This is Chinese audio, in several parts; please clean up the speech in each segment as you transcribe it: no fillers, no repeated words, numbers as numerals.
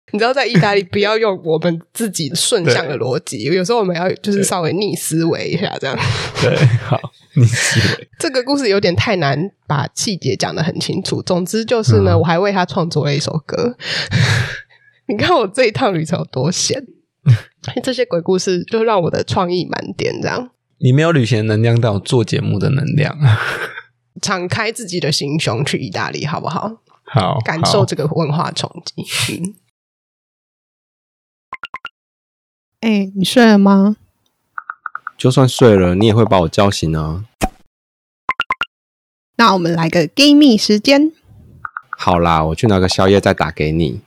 你知道在意大利不要用我们自己顺向的逻辑，有时候我们要就是稍微逆思维一下这样。 对，好，逆思维。 这个故事有点太难把细节讲得很清楚，总之就是呢，我还为他创作了一首歌。你看我这一趟旅程有多闲，这些鬼故事就让我的创意满点这样。 你没有旅行的能量，但有做节目的能量。 敞开自己的心胸去意大利好不好？ 好， 感受这个文化冲击。你睡了吗？ 就算睡了，你也会把我叫醒啊。 那我们来个 Game Me 时间。 好啦，我去拿个宵夜再打给你。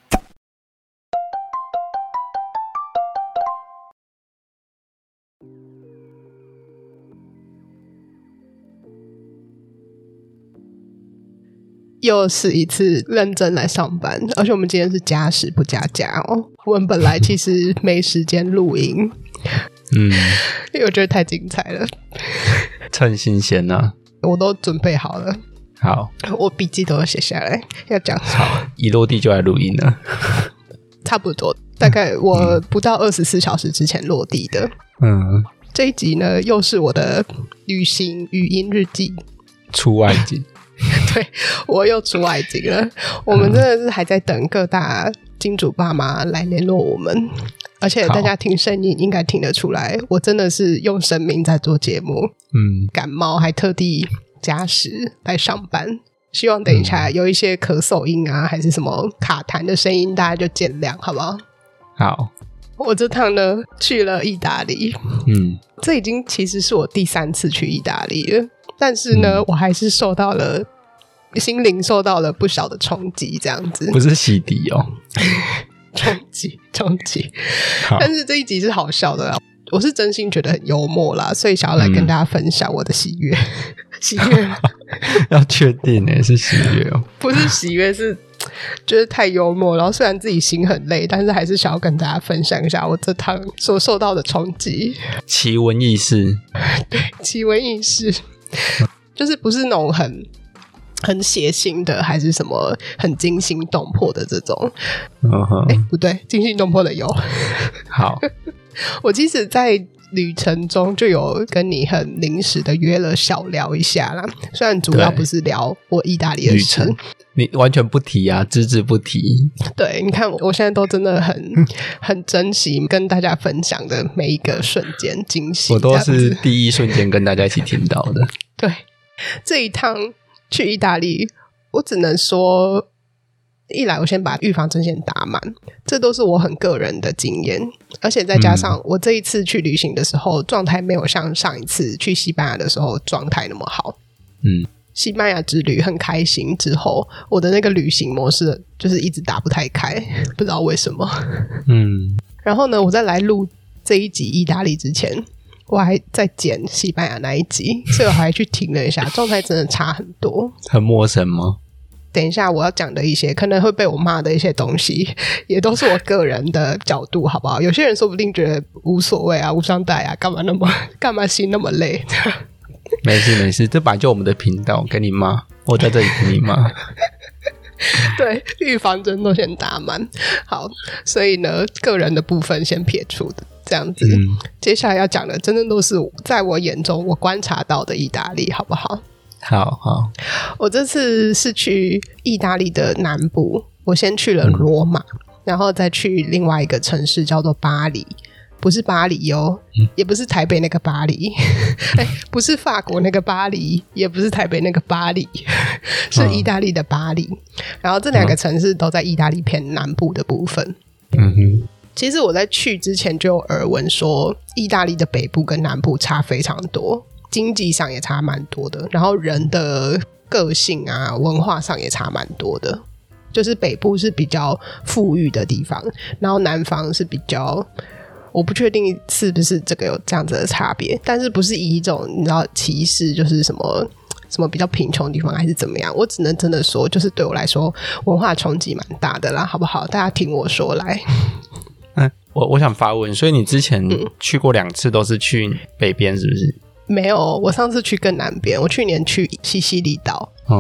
又是一次认真来上班，而且我们今天是加时不加假哦。我们本来其实没时间录音，因为我觉得太精彩了， 趁新鲜啊， 我都准备好了。 好， 我笔记都有写下来，要讲什么？ 一落地就来录音了， 差不多，大概我不到24小时之前落地的。这一集呢，又是我的旅行语音日记， 出外景。 对，我又出外景了。我们真的是还在等各大金主爸妈来联络我们，而且大家听声音应该听得出来，我真的是用生命在做节目。感冒还特地加时来上班，希望等一下有一些咳嗽音啊，还是什么卡痰的声音，大家就见谅，好不好？ 好。 我这趟呢去了意大利，这已经其实是我第3次去意大利了。但是呢，我还是心灵受到了不小的冲击，这样子。 不是洗涤哦， 冲击。但是这一集是好笑的啦，我是真心觉得很幽默啦，所以想要来跟大家分享我的喜悦。喜悦要确定是喜悦哦， 不是喜悦，是觉得太幽默。然后虽然自己心很累，但是还是想要跟大家分享一下我这趟所受到的冲击。 奇闻异事， 对，奇闻异事。就是不是那种很血腥的，还是什么很惊心动魄的这种。不对，惊心动魄的有。 好， 我其实在旅程中就有跟你很临时的约了小聊一下啦，虽然主要不是聊我意大利的事， 你完全不提啊，只字不提。对， 你看我现在都真的很珍惜跟大家分享的每一个瞬间惊喜， 我都是第一瞬间跟大家一起听到的。 对，这一趟去意大利，我只能说，一来我先把预防针先打满，这都是我很个人的经验，而且再加上我这一次去旅行的时候，状态没有像上一次去西班牙的时候状态那么好。西班牙之旅很开心之后，我的那个旅行模式就是一直打不太开，不知道为什么。然后呢，我在来录这一集意大利之前，我还在剪西班牙那一集，所以我还去听了一下，状态真的差很多。 很陌生吗？ 等一下我要讲的一些可能会被我骂的一些东西，也都是我个人的角度，好不好？有些人说不定觉得无所谓啊，无伤大雅，干嘛心那么累？ 没事，这本来就我们的频道，给你骂，我在这里给你骂。 对，预防针都先打满。好，所以呢，个人的部分先撇除的这样子。接下来要讲的，真的都是在我眼中我观察到的意大利，好不好？ 好。 我这次是去意大利的南部，我先去了罗马，然后再去另外一个城市叫做巴黎。不是巴黎哦，也不是台北那个巴黎，不是法国那个巴黎，也不是台北那个巴黎，是意大利的巴黎。然后这两个城市都在意大利偏南部的部分。其实我在去之前就有耳闻说，意大利的北部跟南部差非常多，经济上也差蛮多的，然后人的个性啊、文化上也差蛮多的。就是北部是比较富裕的地方，然后南方是比较，我不确定是不是这个有这样子的差别，但是不是以一种你知道歧视，就是什么比较贫穷的地方还是怎么样，我只能真的说，就是对我来说文化冲击蛮大的啦，好不好？大家听我说来。 我想发问，所以你之前去过2次都是去北边是不是？ 没有，我上次去更南边，我去年去西西里岛。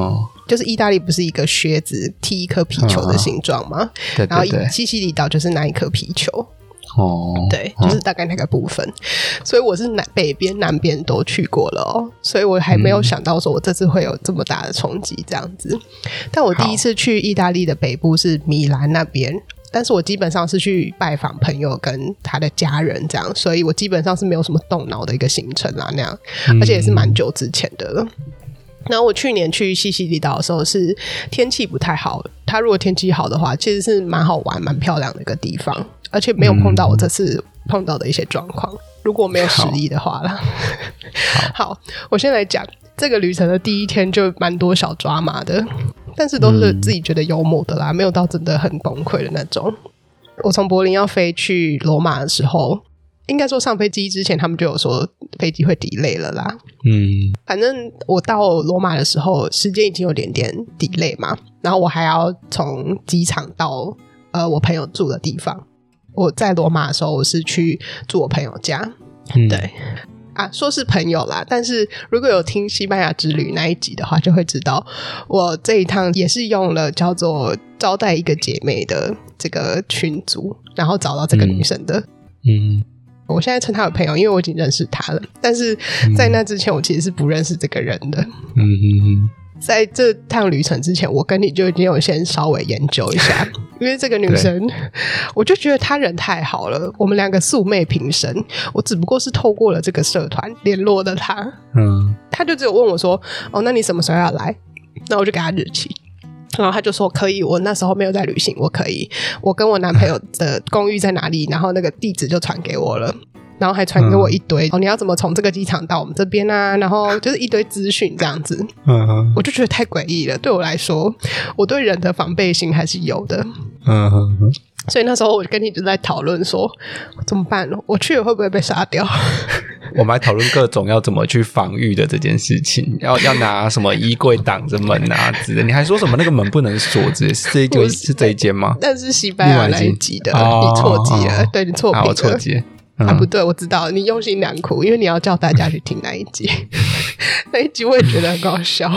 就是意大利不是一个靴子踢一颗皮球的形状吗？ 对对对， 然后西西里岛就是那一颗皮球。 哦， 对，就是大概那个部分。所以我是北边南边都去过了哦，所以我还没有想到说我这次会有这么大的冲击这样子。但我第一次去意大利的北部是米兰那边，但是我基本上是去拜访朋友跟他的家人这样，所以我基本上是没有什么动脑的一个行程啦那样，而且也是蛮久之前的了。然后我去年去西西里岛的时候是天气不太好，它如果天气好的话其实是蛮好玩蛮漂亮的一个地方，而且没有碰到我这次碰到的一些状况，如果没有失忆的话啦。好，我先来讲这个旅程的第一天就蛮多小抓马的，但是都是自己觉得幽默的啦，没有到真的很崩溃的那种。我从柏林要飞去罗马的时候，应该说上飞机之前他们就有说飞机会 delay 了啦。反正我到罗马的时候时间已经有点 delay 嘛，然后我还要从机场到我朋友住的地方。我在罗马的时候我是去住我朋友家。对啊，说是朋友啦，但是如果有听西班牙之旅那一集的话就会知道我这一趟也是用了叫做招待一个姐妹的这个群组，然后找到这个女生的。我现在称她为朋友，因为我已经认识她了，但是在那之前我其实是不认识这个人的。在这趟旅程之前我跟你就已经有先稍微研究一下，因为这个女生我就觉得她人太好了，我们两个素昧平生，我只不过是透过了这个社团联络的她。她就只有问我说哦，那你什么时候要来？那我就给她日期，然后他就说可以，我那时候没有在旅行，我可以，我跟我男朋友的公寓在哪里，然后那个地址就传给我了，然后还传给我一堆你要怎么从这个机场到我们这边啊，然后就是一堆资讯这样子。我就觉得太诡异了，对我来说我对人的防备心还是有的。所以那时候我跟你就在讨论说怎么办，我去了会不会被杀掉。 我们还讨论各种要怎么去防御的这件事情，要拿什么衣柜挡着门啊之类的，你还说什么那个门不能锁之类，是这一间吗？ 但是西班牙那一集的你错记了。对，你错评了。 我错记不对，我知道你用心良苦，因为你要叫大家去听那一集。那一集我也觉得很搞笑。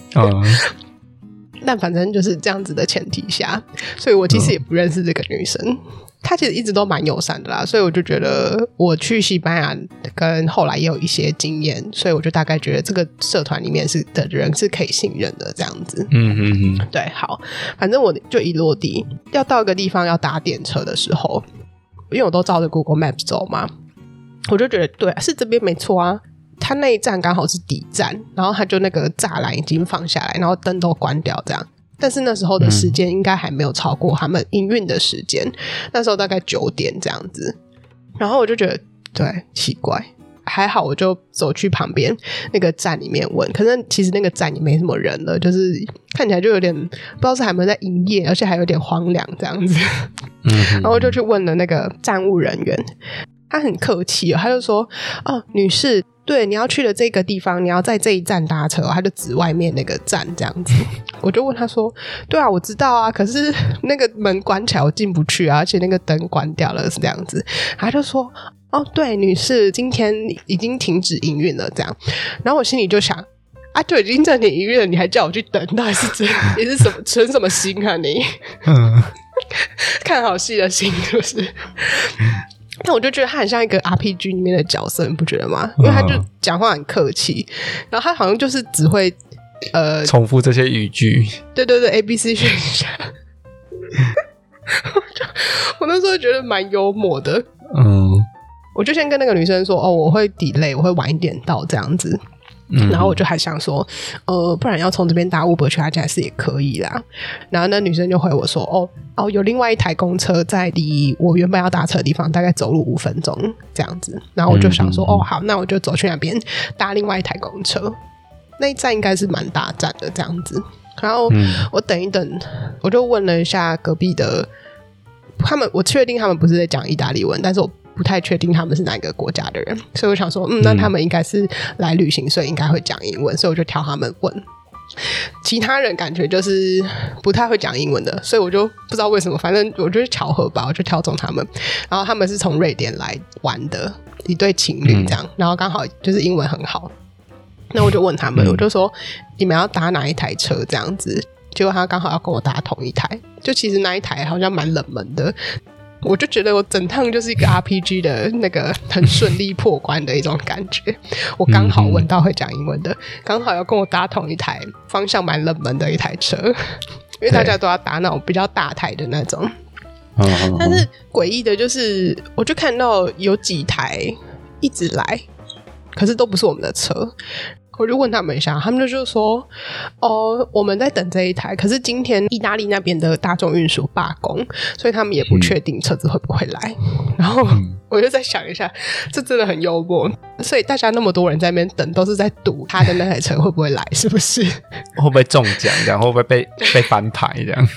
但反正就是这样子的前提下，所以我其实也不认识这个女生，她其实一直都蛮友善的啦，所以我就觉得我去西班牙跟后来也有一些经验，所以我就大概觉得这个社团里面的人是可以信任的这样子。对，好，反正我就一落地要到一个地方要搭电车的时候，因为我都照着 Google Maps 走嘛，我就觉得对，是这边没错啊，他那一站刚好是底站，然后他就那个栅栏已经放下来，然后灯都关掉这样，但是那时候的时间应该还没有超过他们营运的时间，那时候大概9点这样子。然后我就觉得对，奇怪，还好我就走去旁边那个站里面问，可是其实那个站也没什么人了，就是看起来就有点不知道是还没有在营业，而且还有点荒凉这样子。然后我就去问了那个站务人员，他很客气他就说哦，女士，对，你要去的这个地方你要在这一站搭车他就指外面那个站这样子。我就问他说对啊，我知道啊，可是那个门关起来我进不去啊，而且那个灯关掉了是这样子。他就说哦，对，女士，今天已经停止营运了这样。然后我心里就想啊，就已经暂停营运了，你还叫我去等，到底是真你是什么存什么心啊你？看好戏的心是不是？但我就觉得他很像一个 RPG 里面的角色，你不觉得吗？因为他就讲话很客气，然后他好像就是只会重复这些语句。 对对对 ABC 选项。我那时候觉得蛮幽默的。我就先跟那个女生说哦，我会 delay， 我会晚一点到这样子。然后我就还想说不然要从这边搭 Uber 去他家是也可以啦。然后那女生就回我说哦，有另外一台公车在离我原本要搭车的地方大概走路5分钟这样子。然后我就想说哦好，那我就走去那边搭另外一台公车，那一站应该是蛮大站的这样子。然后我等一等，我就问了一下隔壁的他们，我确定他们不是在讲意大利文，但是我不太确定他们是哪个国家的人，所以我想说那他们应该是来旅行，所以应该会讲英文，所以我就挑他们问。其他人感觉就是不太会讲英文的，所以我就不知道为什么，反正我觉得巧合吧，我就挑中他们。然后他们是从瑞典来玩的一对情侣这样，然后刚好就是英文很好。 那我就问他们，我就说你们要搭哪一台车这样子，结果他刚好要跟我搭同一台，就其实那一台好像蛮冷门的，我就觉得我整趟就是一个 RPG 的那个很顺利破关的一种感觉。我刚好问到会讲英文的，刚好要跟我搭同一台方向蛮冷门的一台车，因为大家都要搭那种比较大台的那种。但是诡异的就是，我就看到有几台一直来，可是都不是我们的车。我就问他们一下，他们就说我们在等这一台，可是今天意大利那边的大众运输罢工，所以他们也不确定车子会不会来。然后我就在想一下，这真的很幽默，所以大家那么多人在那边等，都是在赌他的那台车会不会来，是不是会不会中奖这样，会不会被翻牌这样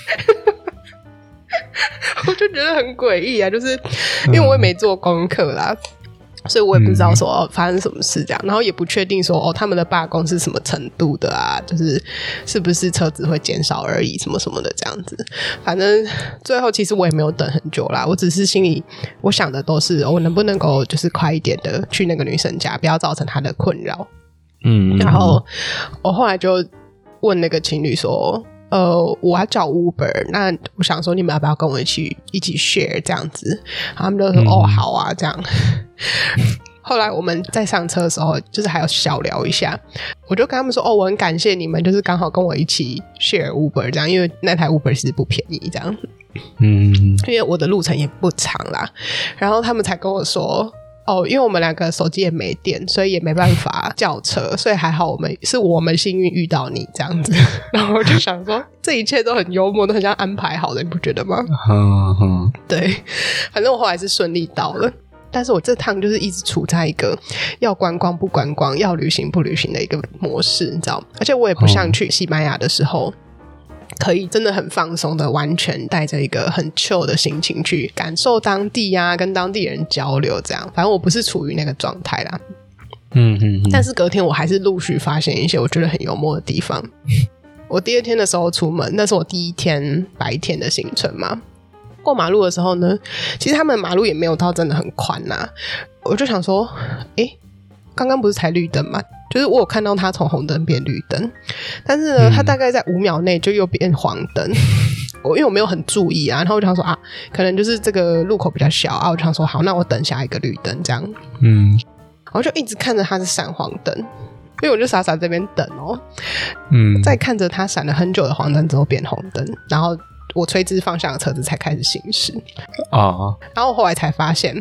我就觉得很诡异啊，就是因为我也没做功课啦，所以我也不知道说发生什么事这样，然后也不确定说他们的罢工是什么程度的啊，就是是不是车子会减少而已什么什么的这样子。反正最后其实我也没有等很久啦，我只是心里我想的都是我能不能够就是快一点的去那个女生家，不要造成她的困扰。然后我后来就问那个情侣说我要叫 Uber， 那我想说你们要不要跟我一起 share 这样子，然后他们就说好啊这样。后来我们在上车的时候就是还有小聊一下，我就跟他们说我很感谢你们就是刚好跟我一起 share Uber 这样，因为那台 Uber 其实不便宜这样，因为我的路程也不长啦。然后他们才跟我说因为我们两个手机也没电，所以也没办法叫车，所以还好我们幸运遇到你这样子。然后我就想说这一切都很幽默，都很像安排好的，你不觉得吗？对，反正我后来是顺利到了，但是我这趟就是一直处在一个要观光不观光，要旅行不旅行的一个模式，你知道吗？而且我也不像去西班牙的时候可以真的很放松的完全带着一个很 chill 的心情去感受当地啊，跟当地人交流这样，反正我不是处于那个状态啦。但是隔天我还是陆续发现一些我觉得很幽默的地方。我第二天的时候出门，那是我第一天白天的行程嘛，过马路的时候呢，其实他们马路也没有到真的很宽啊，我就想说刚刚不是才绿灯吗？就是我有看到他从红灯变绿灯，但是呢他大概在5秒内就又变黄灯。因为我没有很注意啊，然后我就想说可能就是这个路口比较小啊，我就想说好，那我等下一个绿灯这样。然后就一直看着他是闪黄灯，因为我就傻傻在这边等再看着他闪了很久的黄灯之后变红灯，然后我垂直方向的车子才开始行驶然后我后来才发现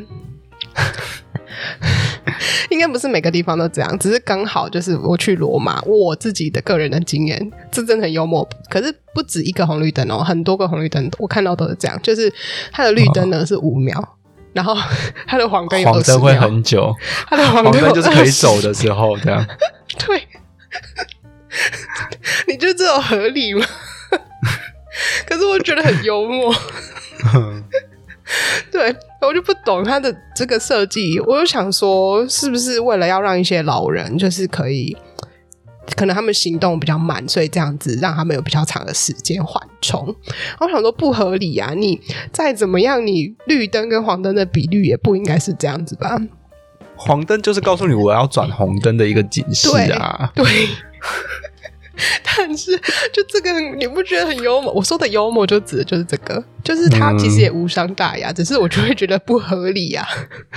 应该不是每个地方都这样，只是刚好就是我去罗马，我自己的个人的经验，这真的很幽默。可是不止一个红绿灯很多个红绿灯我看到都是这样，就是它的绿灯呢是5秒，然后它的黄灯有20秒， 黄灯会很久， 它的黄灯就是可以走的时候这样。 对，你觉得这种合理吗？可是我觉得很幽默。对，我就不懂他的这个设计，我就想说是不是为了要让一些老人就是可能他们行动比较慢，所以这样子让他们有比较长的时间缓冲。我想说不合理啊，你再怎么样你绿灯跟黄灯的比率也不应该是这样子吧。 黄灯就是告诉你我要转红灯的一个警示啊。 对但是就这个你不觉得很幽默？我说的幽默就指的就是这个，就是它其实也无伤大雅，只是我就会觉得不合理啊。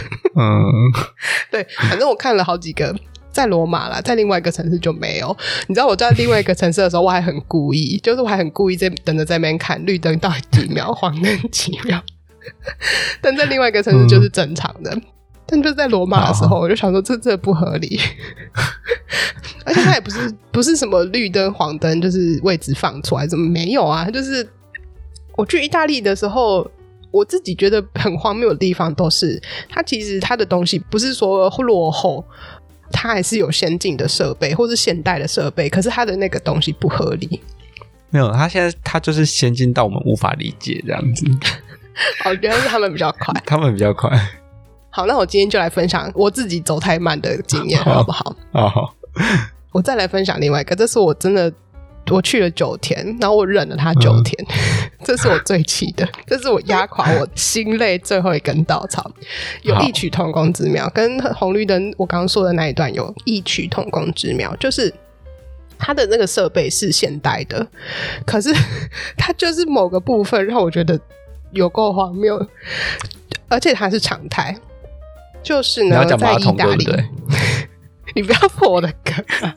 对，反正我看了好几个，在罗马啦，在另外一个城市就没有。你知道我在另外一个城市的时候，我还很故意，就是我还很故意在等着在那边看绿灯到底几秒，黄灯几秒。但在另外一个城市就是正常的。但就在罗马的时候我就想说这不合理。而且它也不是什么绿灯黄灯就是位置放出来，怎么没有啊？就是我去意大利的时候，我自己觉得很荒谬的地方都是它其实它的东西不是说落后，它还是有先进的设备或是现代的设备，可是它的那个东西不合理。 没有，它就是先进到我们无法理解这样子。 原来是他们比较快。 他们比较快。 好，那我今天就来分享我自己走太慢的经验好不好？ 好， 我再来分享另外一个，这是我真的我去了9天，然后我忍了他9天，这是我最气的，这是我压垮我心累最后一根稻草。有异曲同工之妙，跟红绿灯我刚刚说的那一段有异曲同工之妙，就是它的那个设备是现代的，可是它就是某个部分让我觉得有够荒谬，而且它是常态。就是呢，在意大利，对不对？你不要破我的梗啊！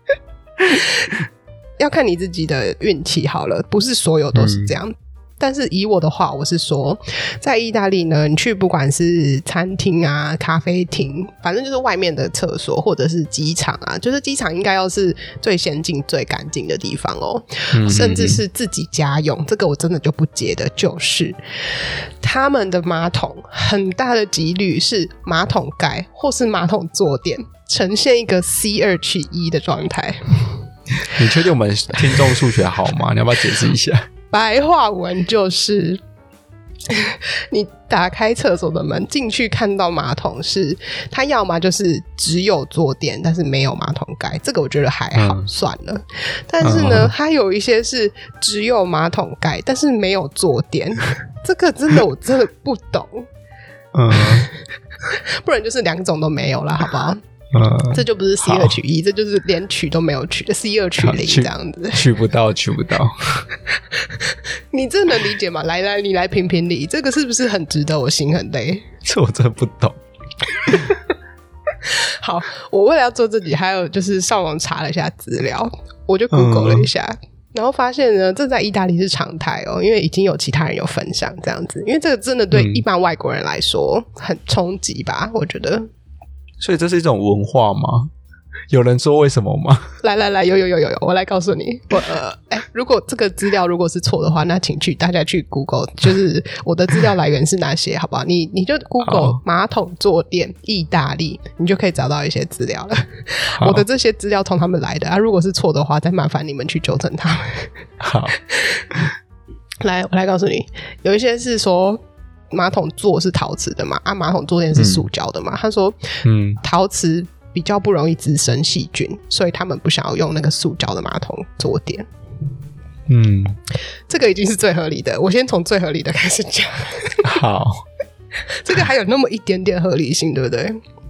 要看你自己的运气好了，不是所有都是这样。但是以我的话，我是说，在意大利呢，你去不管是餐厅啊、咖啡厅，反正就是外面的厕所，或者是机场啊，就是机场应该要是最先进、最干净的地方哦。甚至是自己家用，这个我真的就不解的，就是他们的马桶很大的几率是马桶盖或是马桶坐垫呈现一个 C2 取1的状态。 你确定我们听众数学好吗？你要不要解释一下？ 白话文就是你打开厕所的门进去看到马桶是它要么就是只有坐垫但是没有马桶盖，这个我觉得还好，算了。但是呢它有一些是只有马桶盖但是没有坐垫，这个真的我真的不懂。不然就是2种都没有了，好不好？这就不是 C2 取1，这就是连取都没有取的 C2 取0这样子， 取不到。 你这能理解吗？来，你来评评理，这个是不是很值得我心很累？ 这我真的不懂。 好，我为了要做这集，还有就是上网查了一下资料，我就 Google 了一下，然后发现呢，这在意大利是常态哦，因为已经有其他人有分享这样子，因为这个真的对一般外国人来说很冲击吧，我觉得。 所以这是一种文化吗？有人说为什么吗？ 来，有，我来告诉你。如果这个资料如果是错的话，那请大家去 Google， 就是我的资料来源是哪些，好不好？你就 Google 马桶坐垫意大利，你就可以找到一些资料了。我的这些资料从他们来的啊，如果是错的话，再麻烦你们去纠正他们。 好， 来，我来告诉你，有一些是说。马桶座是陶瓷的嘛？马桶坐垫是塑胶的嘛？他说，陶瓷比较不容易滋生细菌，所以他们不想要用那个塑胶的马桶坐垫。这个已经是最合理的。我先从最合理的开始讲。 好， 这个还有那么一点点合理性，对不对？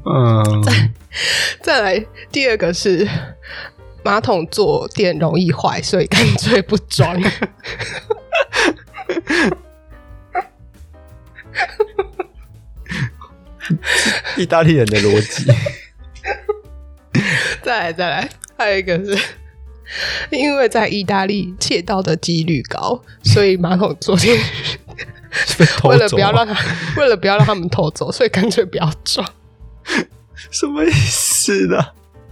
再来第二个是马桶坐垫容易坏，所以干脆不装。 意大利人的逻辑。 再来，还有一个是因为在意大利窃盗的几率高，所以马桶坐垫为了不要让他们偷走，所以干脆不要装。 什么意思呢？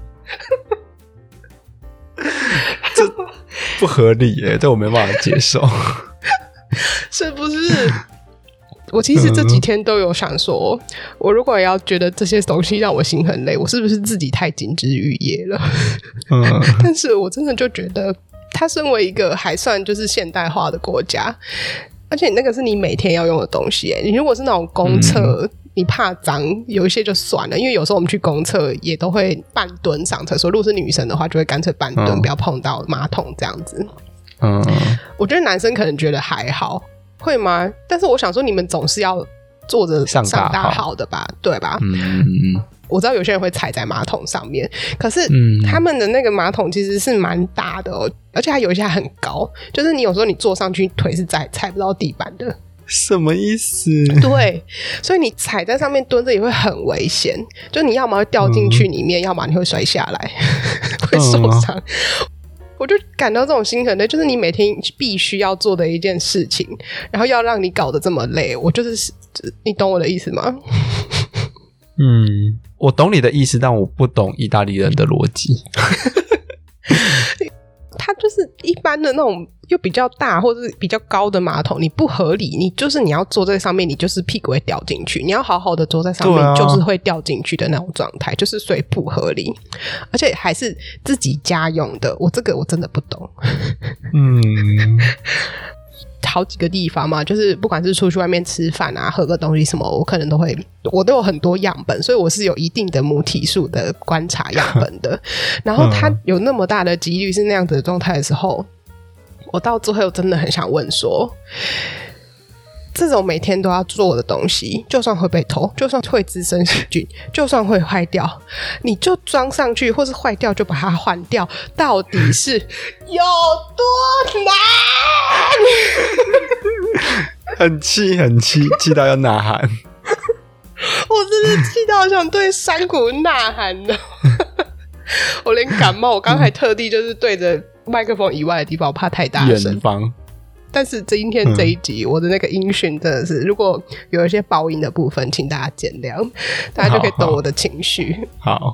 这不合理耶，这我没办法接受。 是不是？我其实这几天都有想说，我如果要觉得这些东西让我心很累，我是不是自己太金枝玉叶了？但是我真的就觉得，它身为一个还算就是现代化的国家，而且那个是你每天要用的东西耶。你如果是那种公厕，你怕脏，有一些就算了，因为有时候我们去公厕也都会半蹲上厕所，如果是女生的话，就会干脆半蹲，不要碰到马桶这样子。我觉得男生可能觉得还好。会吗？但是我想说，你们总是要坐着上大号的吧，对吧？我知道有些人会踩在马桶上面，可是他们的那个马桶其实是蛮大的哦，而且它有一些还很高，就是你有时候你坐上去腿是踩不到地板的。 什么意思？ 对，所以你踩在上面蹲着也会很危险，就你要么会掉进去里面，要么你会摔下来，会受伤。我就感到这种心很累，就是你每天必须要做的一件事情，然后要让你搞得这么累，我就是你懂我的意思吗？ 我懂你的意思，但我不懂意大利人的逻辑。 它就是一般的那种又比较大或者是比较高的马桶，你不合理，你要坐在上面，你就是屁股会掉进去，你要好好的坐在上面，就是会掉进去的那种状态，就是所以不合理，而且还是自己家用的，这个我真的不懂。 好几个地方嘛，就是不管是出去外面吃饭啊，喝个东西什么，我可能我都有很多样本，所以我是有一定的母体数的观察样本的。然后它有那么大的几率是那样子的状态的时候，我到最后真的很想问说，这种每天都要做的东西，就算会被偷，就算会滋生细菌，就算会坏掉，你就装上去，或是坏掉就把它换掉，到底是有多难？ 很气，气到要呐喊。 我真的气到想对山谷呐喊的。我连感冒，我刚才特地就是对着麦克风以外的地方，我怕太大声。 远方。 但是今天这一集，我的那个音讯真的是，如果有一些爆音的部分，请大家见谅，大家就可以懂我的情绪。 好。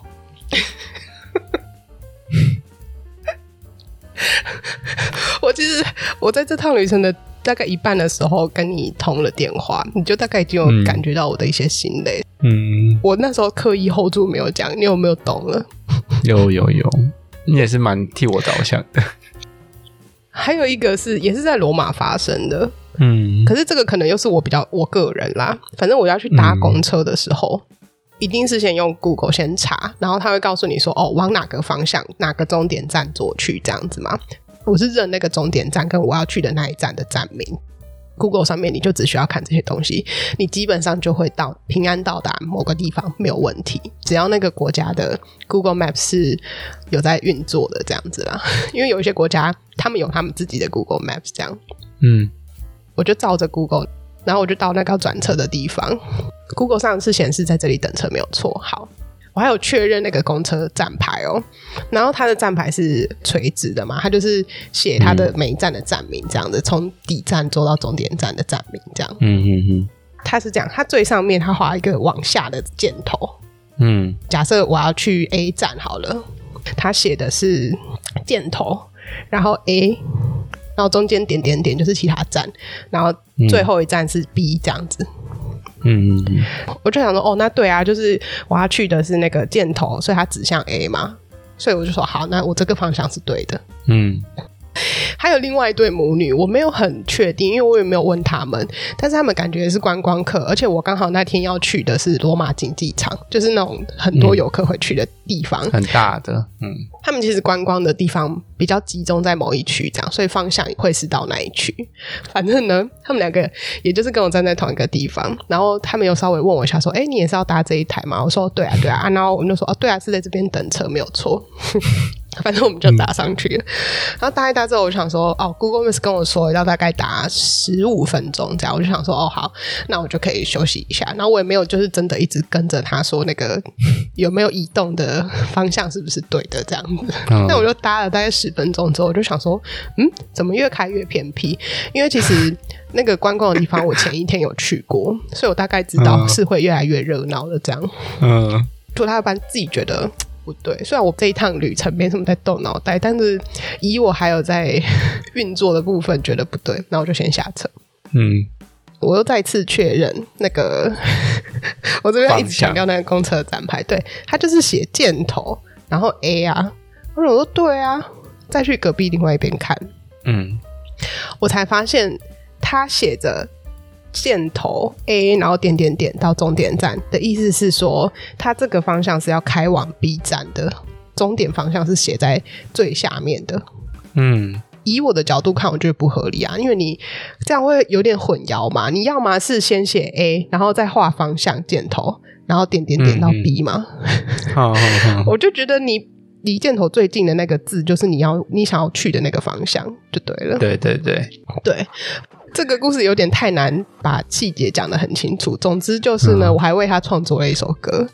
我在这趟旅程的大概一半的时候跟你通了电话，你就大概已经有感觉到我的一些心累。我那时候刻意 hold 住没有讲，你有没有懂了？ 有，你也是蛮替我着想的。 还有一个也是在罗马发生的，可是这个可能又是我个人啦。反正我要去搭公车的时候，一定是先用 Google 先查，然后他会告诉你说，往哪个方向，哪个终点站左去这样子嘛。我是认那个终点站跟我要去的那一站的站名。Google 上面你就只需要看这些东西，你基本上就会平安到达某个地方没有问题，只要那个国家的 Google Maps 是有在运作的这样子啦。因为有一些国家他们有他们自己的 Google Maps 这样。我就照着 Google， 然后我就到那个要转车的地方， Google 上是显示在这里等车没有错。好，我还有确认那个公车站牌然后它的站牌是垂直的嘛，它就是写它的每一站的站名这样子，从底站走到终点站的站名这样。它是这样，它最上面它画一个往下的箭头。假设我要去 A 站好了，它写的是箭头，然后 A， 然后中间点点点就是其他站，然后最后一站是 B 这样子。我就想说，那对啊，就是我要去的是那个箭头，所以它指向 A 嘛，所以我就说好，那我这个方向是对的。还有另外一对母女，我没有很确定，因为我也没有问他们，但是他们感觉是观光客，而且我刚好那天要去的是罗马竞技场，就是那种很多游客会去的地方， 很大的。 他们其实观光的地方比较集中在某一区这样，所以方向会是到那一区。反正呢，他们两个也就是跟我站在同一个地方，然后他们有稍微问我一下说，你也是要搭这一台吗？我说对啊然后我们就说对啊，是在这边等车没有错。反正我们就搭上去了，然后搭一搭之后我就想说Google Maps 跟我说要大概打15分钟这样，我就想说好，那我就可以休息一下，然后我也没有就是真的一直跟着他说那个有没有移动的方向是不是对的这样子。那我就搭了大概10分钟之后，我就想说怎么越开越偏僻，因为其实那个观光的地方我前一天有去过，所以我大概知道是会越来越热闹的这样。就他一般自己觉得不对，虽然我这一趟旅程没什么在动脑袋，但是以我还有在运作的部分觉得不对，那我就先下车。我又再次确认那个我这边一直强调那个公车站牌，对，它就是写箭头然后 A 啊，我说对啊，再去隔壁另外一边看，我才发现它写着箭头 A 然后点点点到终点站的意思是说，它这个方向是要开往 B 站的，终点方向是写在最下面的。以我的角度看我觉得不合理啊，因为你这样会有点混淆嘛，你要么是先写 A 然后再画方向箭头然后点点点到 B 嘛。我就觉得你离箭头最近的那个字就是你想要去的那个方向就对了。 对， 这个故事有点太难把细节讲得很清楚，总之就是呢，我还为他创作了一首歌。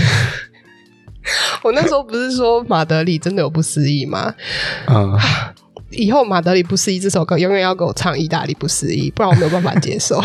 我那时候不是说马德里真的有不思议吗？以后马德里不思议这首歌永远要给我唱意大利不思议，不然我没有办法接受。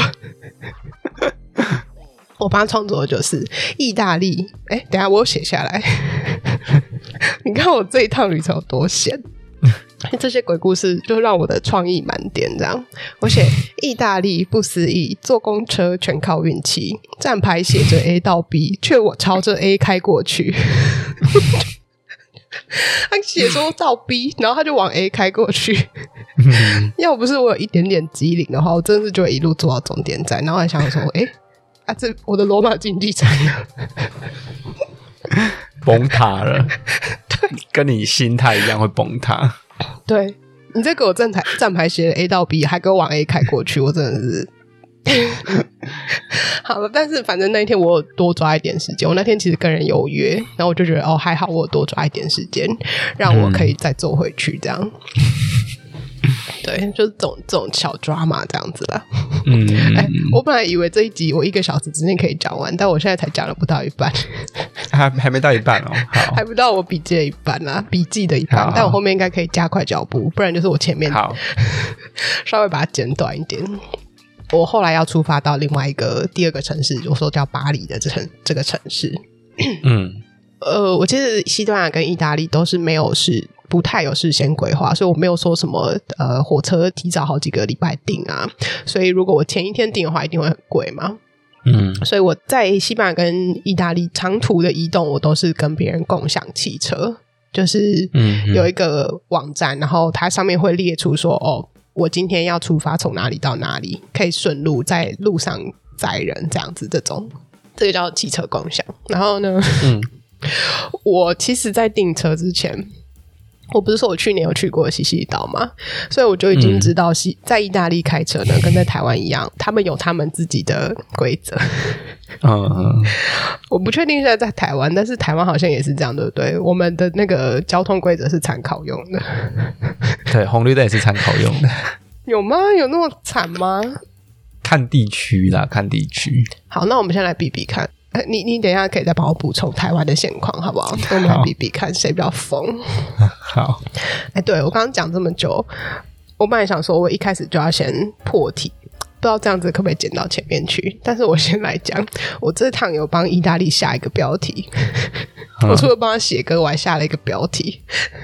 我帮他创作的就是意大利，等一下我有写下来。你看我这一趟旅程有多闲。这些鬼故事就让我的创意满点这样。我写意大利不思议，坐公车全靠运气，站牌写着 A 到 B， 却我朝着 A 开过去。 他写说到 B， 然后他就往 A 开过去。要不是我有一点点机灵的话，我真的是就会一路坐到终点站，然后还想说，这我的罗马竞技场呢？ 崩塌了。对，跟你心态一样会崩塌。 对，你再给我站牌写了 A 到 B， 还给我往 A 开过去，我真的是。好了，但是反正那一天我有多抓一点时间，我那天其实跟人有约，然后我就觉得还好我有多抓一点时间，让我可以再坐回去这样。对，就是这种小抓马这样子啦。我本来以为这一集我1个小时之内可以讲完，但我现在才讲了不到一半。 还没到一半哦，好， 还不到我笔记的一半啦，笔记的一半，但我后面应该可以加快脚步，不然就是我前面好稍微把它剪短一点。我后来要出发到另外一个第2个城市，我说叫巴黎的这个城市。我其实西班牙跟意大利都是不太有事先规划，所以我没有说什么火车提早好几个礼拜订啊，所以如果我前一天订的话，一定会很贵嘛。所以我在西班牙跟意大利长途的移动，我都是跟别人共享汽车，就是有一个网站，然后它上面会列出说我今天要出发从哪里到哪里，可以顺路在路上载人这样子，这个叫汽车共享。然后呢我其实在订车之前，我不是说我去年有去过西西里岛吗？所以我就已经知道在意大利开车呢跟在台湾一样，他们有他们自己的规则。我不确定现在在台湾，但是台湾好像也是这样，对不对？我们的那个交通规则是参考用的。 对，红绿灯也是参考用的。 有吗？有那么惨吗？ 看地区啦，看地区。 好，那我们先来比比看。你等一下可以再帮我补充台湾的现况好不好？我们来比比看谁比较疯。 好。 对，我刚刚讲这么久，我本来想说我一开始就要先破题，不知道这样子可不可以剪到前面去，但是我先来讲，我这趟有帮意大利下一个标题。我除了帮他写歌，我还下了一个标题。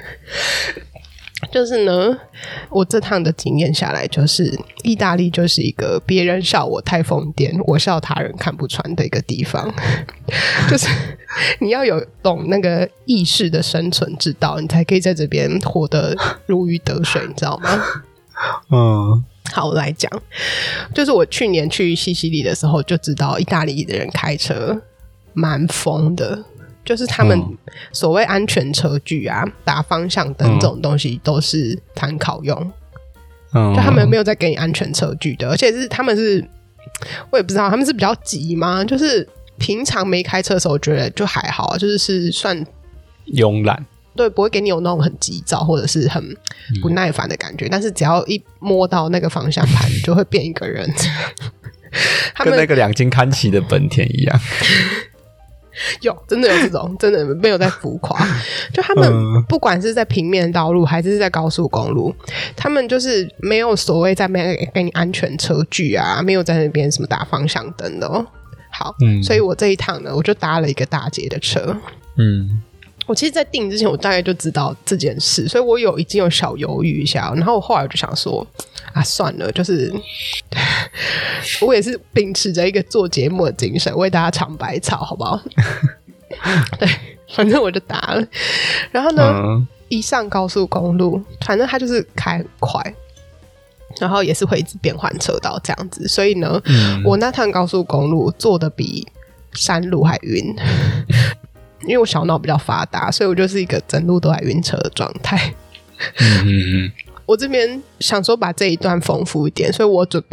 就是呢，我这趟的经验下来，就是意大利就是一个别人笑我太疯癫，我笑他人看不穿的一个地方。就是你要有懂那个意识的生存之道，你才可以在这边活得如鱼得水，你知道吗？好，我来讲，就是我去年去西西里的时候就知道意大利的人开车蛮疯的，就是他们所谓安全车距啊、打方向灯这种东西都是参考用，就他们没有在给你安全车距的，而且他们是我也不知道他们是比较急吗？就是平常没开车的时候我觉得就还好啊，就是算慵懒，对， 不会给你有那种很急躁或者是很不耐烦的感觉，但是只要一摸到那个方向盘就会变一个人。 跟那个2斤看齐的本田一样。 真的有这种，真的没有在浮夸。就他们不管是在平面道路还是在高速公路，他们就是没有所谓在给你安全车距啊，没有在那边什么打方向灯的哦。好，所以我这一趟呢，我就搭了一个大姐的车。我其实在订之前我大概就知道这件事，所以我已经有小犹豫一下，然后我后来我就想说算了，就是我也是秉持着一个做节目的精神为大家尝百草好不好？对，反正我就打了，然后呢一上高速公路，反正他就是开很快，然后也是会一直变换车道这样子，所以呢我那趟高速公路坐的比山路还晕。因为我小脑比较发达，所以我就是一个整路都在晕车的状态。我这边想说把这一段丰富一点，所以我准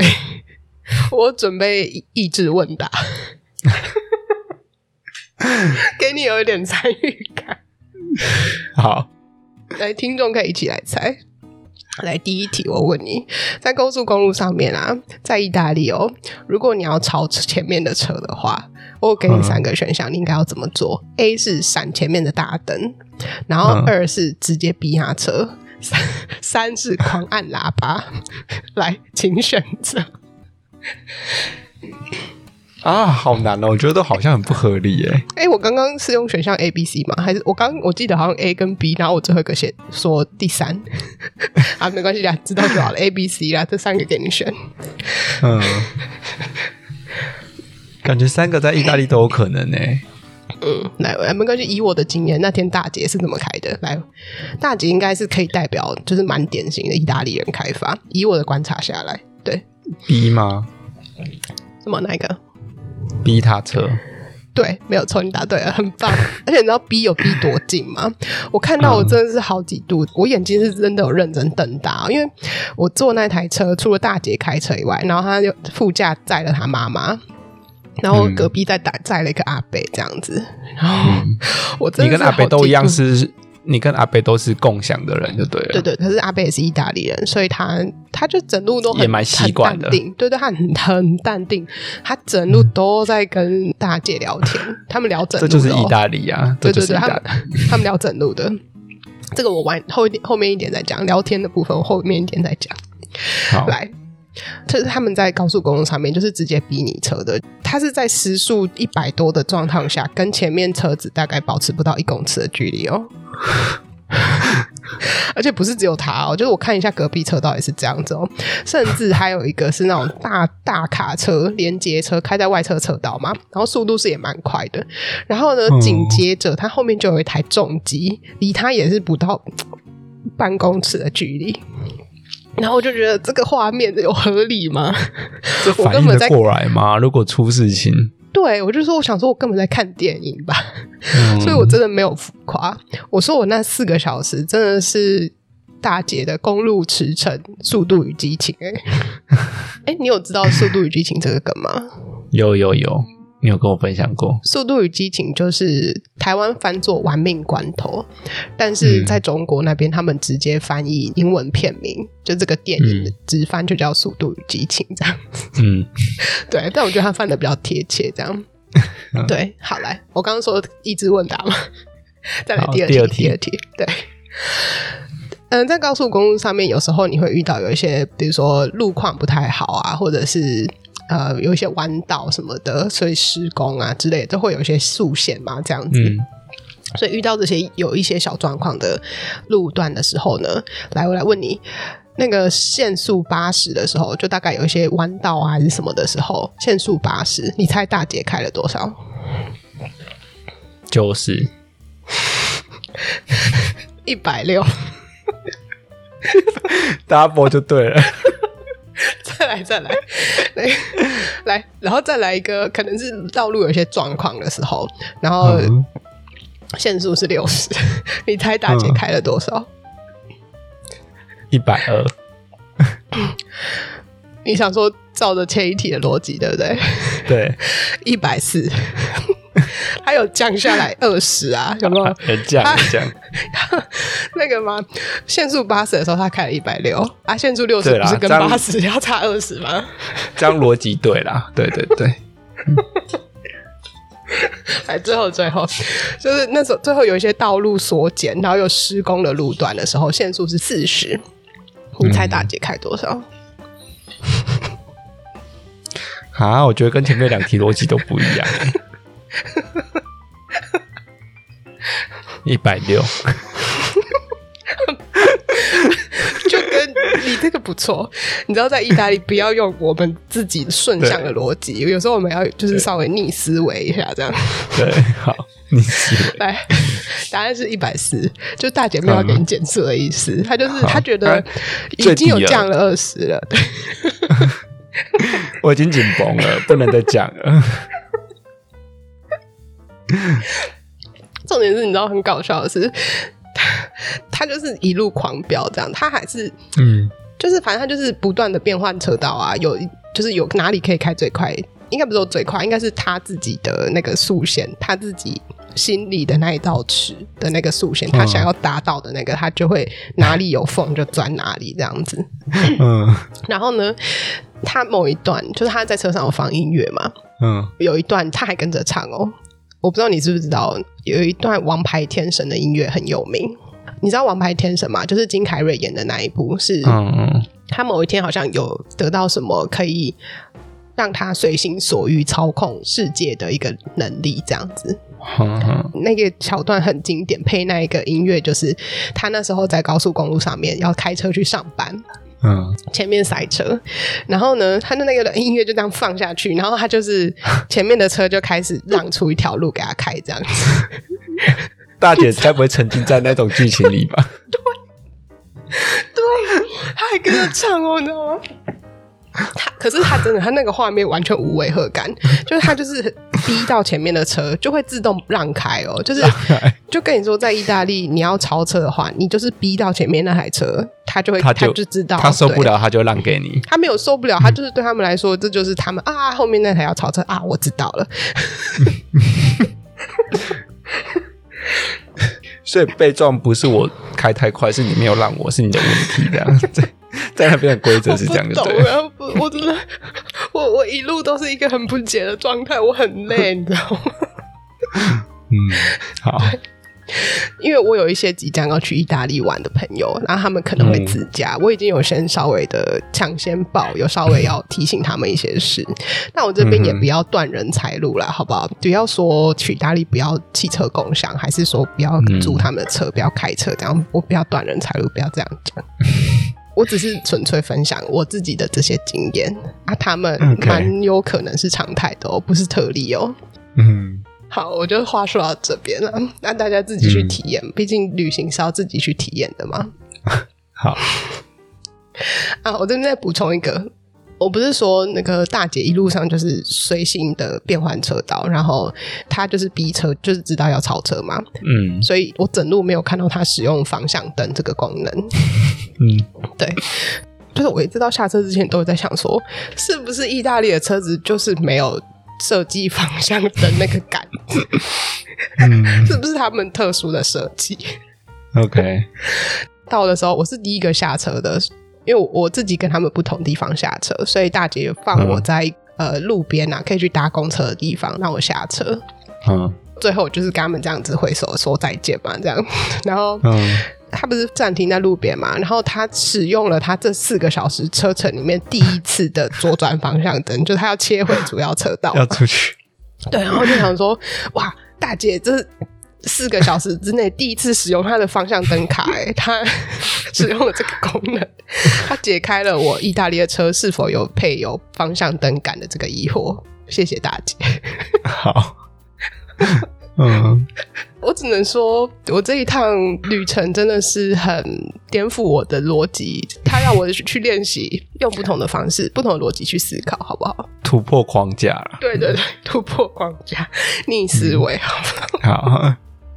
备益智问答，给你有一点参与感。 好， 来，听众可以一起来猜。来，第一题我问你，在高速公路上面啊，在意大利如果你要超前面的车的话，我给你3个选项，你应该要怎么做？ A 是闪前面的大灯，然后2是直接逼下车，3是狂按喇叭。来，请选择。 好难哦，我觉得都好像很不合理耶。 我刚刚是用选项 A、B、C 吗？还是我记得好像 A 跟 B， 然后我最后一个说第3。没关系啦，知道就好了。A、B、C 啦，这3个给你选。感觉3个在意大利都有可能耶。 来，没关系，以我的经验，那天大姐是怎么开的？来，大姐应该是可以代表，就是蛮典型的意大利人开法。以我的观察下来，对 B 吗？ 什么哪一个 B 塔车？ 对，没有错，你答对了，很棒。而且你知道 B 有 B 多近吗？我看到我真的是好几度，我眼睛是真的有认真瞪大，因为我坐那台车，除了大姐开车以外，然后她就副驾载了她妈妈。然后隔壁再载了一个阿伯这样子，然后我真的是你跟阿伯都一样是，你跟阿伯都是共享的人就对了。 对对，可是阿伯也是意大利人，所以他就整路都也蛮习惯的， 很淡定，对对，他很淡定，他整路都在跟大姐聊天，他们聊整路的， 这就是意大利啊， 对对对， 他们聊整路的，这个我后面一点再讲，聊天的部分我后面一点再讲。 好， 来。就是他们在高速公路上面就是直接逼你车的，他是在时速100多的状况下跟前面车子大概保持不到1公尺的距离哦而且不是只有他哦，就是我看一下隔壁车道也是这样子哦，甚至还有一个是那种大卡车连接车开在外侧车道嘛，然后速度是也蛮快的，然后呢紧接着他后面就有一台重机，离他也是不到半公尺的距离，然后我就觉得这个画面有合理吗？ 这反应得过来吗？如果出事情， 对，我就说我想说我根本在看电影吧所以我真的没有浮夸，我说我那4个小时真的是大姐的公路驰骋速度与激情你有知道速度与激情这个梗吗？ 有你有跟我分享过。 速度与激情就是台湾翻作玩命关头，但是在中国那边他们直接翻译英文片名，就这个电影直翻就叫速度与激情这样子对，但我觉得他翻的比较贴切这样对，好来，我刚刚说益智问答嘛再来第二题对，在高速公路上面有时候你会遇到有一些比如说路况不太好啊，或者是有一些弯道什么的，所以施工啊之类的都会有一些速限嘛这样子所以遇到这些有一些小状况的路段的时候呢，来我来问你，那个限速80的时候，就大概有一些弯道啊还是什么的时候，限速80，你猜大姐开了多少 ？90 160 double 就对了再来来，然后再来一个可能是道路有一些状况的时候，然后限速是60你猜大姐开了多少 ？120 你想说照着前一题的逻辑对不对？ 对 140还有降下来20啊，有没有？ 有降那个吗？限速80的时候他开了160啊，限速60不是跟80要差20吗？ 这样逻辑对啦，对对对来最后就是那时候最后有一些道路缩减，然后有施工的路段的时候限速是40，你猜大姐开多少？ 我觉得跟前面2题逻辑都不一样160 就跟你这个不错，你知道在意大利不要用我们自己顺向的逻辑，有时候我们要就是稍微逆思维一下这样对，好，逆思维来，答案是140，就大姐没有要给你减速的意思，她就是她觉得已经有降了20了对我已经紧绷了，不能再降了重点是你知道很搞笑的是他就是一路狂飙这样，他还是就是反正他就是不断的变换车道啊，就是有哪里可以开最快，应该不是说最快，应该是他自己的那个速限，他自己心里的那一道尺的那个速限，他想要达到的那个，他就会哪里有缝就钻哪里这样子然后呢他某一段就是他在车上有放音乐嘛有一段他还跟着唱哦，我不知道你知不知道有一段王牌天神的音乐很有名，你知道王牌天神吗？就是金凯瑞演的那一部，是他某一天好像有得到什么可以让他随心所欲操控世界的一个能力这样子那个桥段很经典，配那一个音乐就是他那时候在高速公路上面要开车去上班前面塞车，然后呢他的那个音乐就这样放下去，然后他就是前面的车就开始让出一条路给他开这样子。 大姐该不会沉浸在那种剧情里吧？ 对，他还跟着唱哦，你知道吗？可是他真的，他那个画面完全无违和感，就是他就是逼到前面的车就会自动让开哦，就跟你说，在意大利你要超车的话，你就是逼到前面那台车，他就知道， 他受不了他就让给你， 他没有受不了，他就是对他们来说，这就是他们啊，后面那台要超车啊，我知道了。 所以被撞不是我开太快，是你没有让我，是你的问题。这样在那边的规则是这样的，对。 我真的，我一路都是一个很不解的状态，我很累，你知道吗？ 好。 因为我有一些即将要去意大利玩的朋友，然后他们可能会自驾，我已经有先稍微的抢先报，有稍微要提醒他们一些事。那我这边也不要断人财路啦，好不好？不要说去意大利不要汽车共享，还是说不要租他们的车，不要开车，这样我不要断人财路，不要这样讲。我只是纯粹分享我自己的这些经验啊，他们蛮有可能是常态的哦，不是特例哦。好，我就话说到这边了，那大家自己去体验，毕竟旅行是要自己去体验的嘛。 好啊，我这边再补充一个，我不是说那个大姐一路上就是随性的变换车道，然后她就是逼车，就是知道要超车嘛，所以我整路没有看到她使用方向灯这个功能。对。就是我一直到下车之前都有在想说，是不是意大利的车子就是没有设计方向灯那个杆子，是不是他们特殊的设计 ？OK， 到的时候我是第一个下车的，因为我自己跟他们不同地方下车，所以大姐放我在路边啊，可以去搭公车的地方让我下车。最后就是跟他们这样子挥手说再见嘛，这样，然后他不是暂停在路边嘛，然后他使用了他这4个小时车程里面第一次的左转方向灯，就是他要切回主要车道， 要出去。对， 然后就想说，哇，大姐这4个小时之内第一次使用他的方向灯卡，他使用了这个功能，他解开了我意大利的车是否有配有方向灯杆的这个疑惑，谢谢大姐。 好。 我只能说我这一趟旅程真的是很颠覆我的逻辑，他让我去练习用不同的方式不同的逻辑去思考，好不好？ 突破框架啦。 对对对，突破框架，逆思维，好不好？ 好。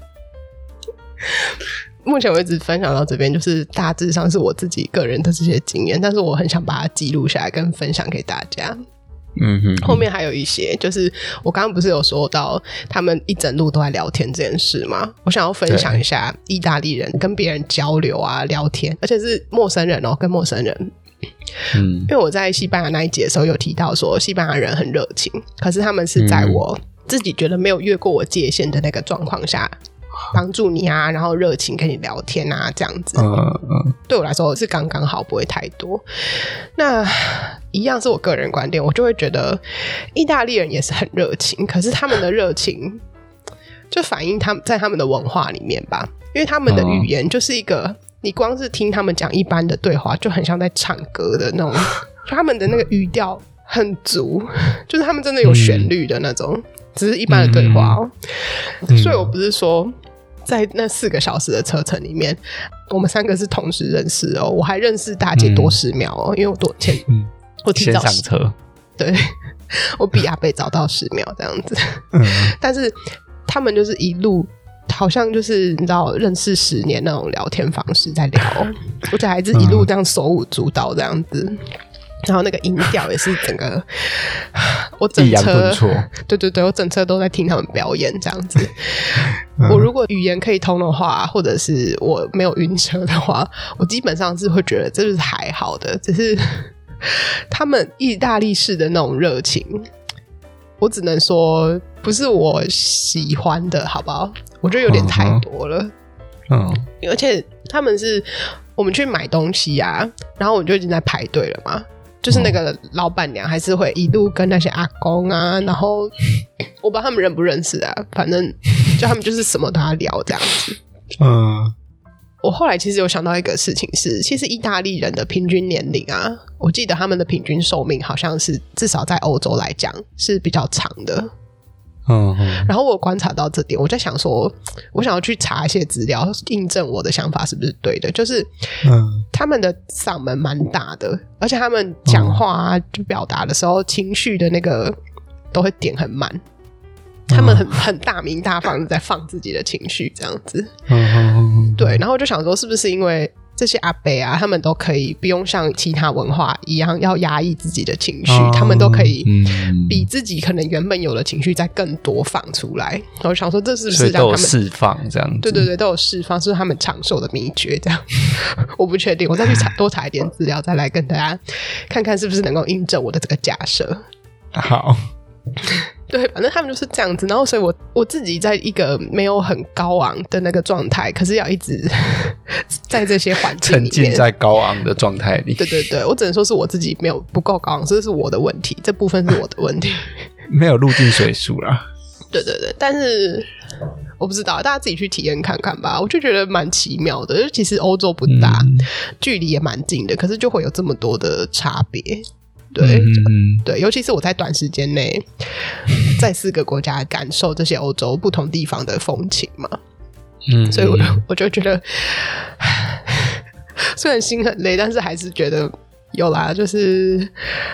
目前为止分享到这边，就是大致上是我自己个人的这些经验，但是我很想把它记录下来跟分享给大家。后面还有一些，就是我刚刚不是有说到他们一整路都在聊天这件事吗？我想要分享一下意大利人跟别人交流啊聊天，而且是陌生人哦，跟陌生人。因为我在西班牙那一集的时候有提到说西班牙人很热情，可是他们是在我自己觉得没有越过我界限的那个状况下帮助你啊，然后热情跟你聊天啊，这样子。对我来说是刚刚好，不会太多。那一样是我个人观点，我就会觉得意大利人也是很热情，可是他们的热情就反映他们在他们的文化里面吧，因为他们的语言就是一个你光是听他们讲一般的对话就很像在唱歌的那种，就他们的那个语调很足，就是他们真的有旋律的那种，只是一般的对话哦。所以我不是说在那4个小时的车程里面我们3个是同时认识哦，我还认识大姐多10秒哦，因为我我提早先上车， 对，我比阿贝早到10秒这样子。但是他们就是一路好像就是你知道认识10年那种聊天方式在聊，而且还是一路这样手舞足蹈这样子，然后那个音调也是整个我整车对对对，我整车都在听他们表演这样子。我如果语言可以通的话，或者是我没有晕车的话，我基本上是会觉得这就是还好的，只是他们意大利式的那种热情我只能说不是我喜欢的，好不好？我觉得有点太多了。而且他们是我们去买东西啊，然后我们就已经在排队了嘛，就是那个老板娘还是会一路跟那些阿公啊，然后我不知道他们认不认识啊，反正就他们就是什么都要聊这样子。 我后来其实有想到一个事情是，其实意大利人的平均年龄啊，我记得他们的平均寿命好像是至少在欧洲来讲是比较长的。然后我有观察到这点，我在想说我想要去查一些资料印证我的想法是不是对的，就是他们的嗓门蛮大的，而且他们讲话啊就表达的时候情绪的那个都会点很慢，他们很大鸣大放的在放自己的情绪这样子。对，然后我就想说是不是因为这些阿伯啊他们都可以不用像其他文化一样要压抑自己的情绪，他们都可以比自己可能原本有的情绪再更多放出来。我想说这是不是让他们所以都有释放这样子？对对对，都有释放，是他们长寿的秘诀这样。我不确定，我再去多查一点资料再来跟大家看看是不是能够印证我的这个假设。 好， 对，反正他们就是这样子，然后所以我自己在一个没有很高昂的那个状态，可是要一直在这些环境里面沉浸在高昂的状态里。 对对对，我只能说是我自己没有不够高昂，这是我的问题，这部分是我的问题。 没有入境水数啦。 对对对，但是我不知道，大家自己去体验看看吧。我就觉得蛮奇妙的，其实欧洲不大，距离也蛮近的，可是就会有这么多的差别。对对，尤其是我在短时间内在4个国家感受这些欧洲不同地方的风情嘛，所以我就觉得虽然心很累，但是还是觉得有啦，就是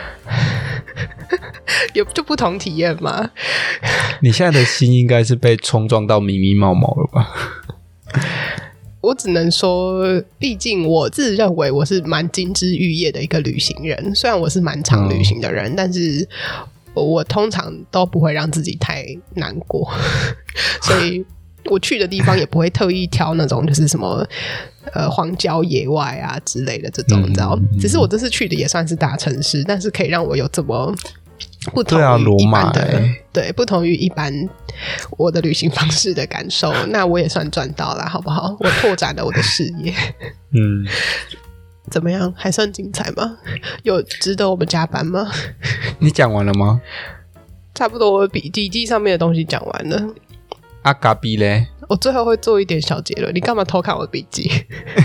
有就不同体验嘛。 你现在的心应该是被冲撞到迷迷毛毛了吧？ 我只能说毕竟我自认为我是蛮金枝玉叶的一个旅行人，虽然我是蛮常旅行的人，但是我通常都不会让自己太难过所以我去的地方也不会特意挑那种就是什么荒郊野外啊之类的这种，你知道，只是我这次去的也算是大城市，但是可以让我有这么不同于一般的，对，不同于一般我的旅行方式的感受，那我也算赚到了，好不好？我拓展了我的视野。怎么样？还算精彩吗？有值得我们加班吗？ 你讲完了吗？ 差不多，我笔记上面的东西讲完了。 阿嘎比嘞？ 我最后会做一点小结论。你干嘛偷看我的笔记？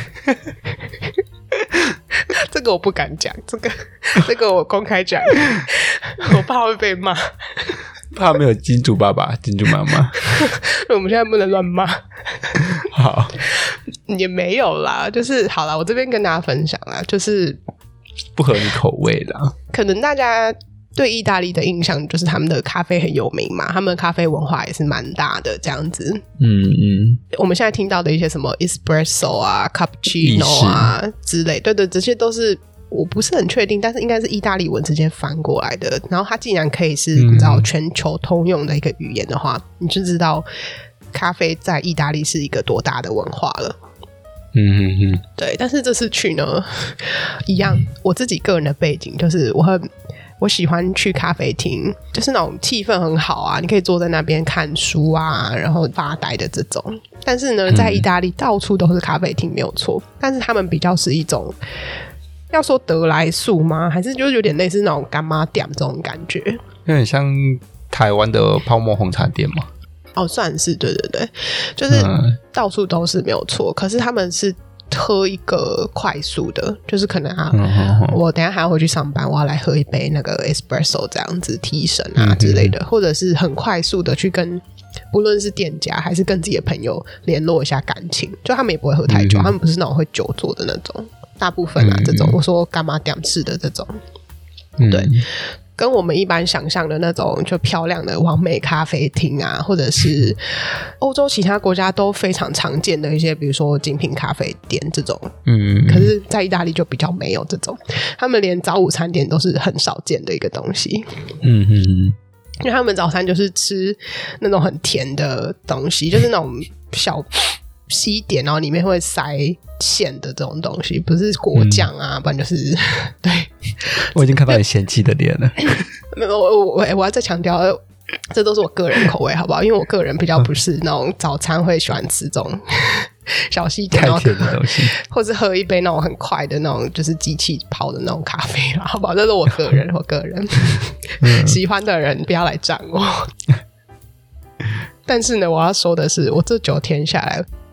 这个我不敢讲，这个我公开讲，我怕会被骂。 怕没有金主爸爸、金主妈妈。 我们现在不能乱骂。 好， 也没有啦，就是好啦，我这边跟大家分享啦，就是不合你口味啦。 可能大家对意大利的印象就是他们的咖啡很有名嘛，他们的咖啡文化也是蛮大的这样子。我们现在听到的一些什么 espresso 啊 cappuccino 啊之类，对对，这些都是我不是很确定，但是应该是意大利文直接翻过来的。然后它竟然可以是你知道全球通用的一个语言的话，你就知道咖啡在意大利是一个多大的文化了。对，但是这次去呢，一样，我自己个人的背景就是我喜欢去咖啡厅，就是那种气氛很好啊，你可以坐在那边看书啊，然后发呆的这种。但是呢，在意大利到处都是咖啡厅，没有错，但是他们比较是一种，要说得来速吗？还是就是有点类似那种干妈店这种感觉， 有点像台湾的泡沫红茶店嘛。 哦，算是，对对对，就是到处都是没有错，可是他们是喝一个快速的，就是可能我等一下还要回去上班，我要来喝一杯那个 espresso 这样子提神啊之类的，或者是很快速的去跟不论是店家还是跟自己的朋友联络一下感情，就他们也不会喝太久，他们不是那种会久坐的那种，大部分啊这种我说干嘛点式的这种，对。跟我们一般想象的那种就漂亮的完美咖啡厅啊，或者是欧洲其他国家都非常常见的一些比如说精品咖啡店这种，可是在意大利就比较没有这种，他们连早午餐店都是很少见的一个东西。因为他们早餐就是吃那种很甜的东西，就是那种小西点，然后里面会塞馅的这种东西，不是果酱啊，不然就是对。 我已经看到你嫌弃的脸了。 我要再强调，这都是我个人口味，好不好？因为我个人比较不是那种早餐会喜欢吃这种小西点， 太甜的东西， 或是喝一杯那种很快的那种就是机器泡的那种咖啡啦，好不好？这是我个人，我个人喜欢的人不要来赞我。但是呢，我要说的是，我这9天下来，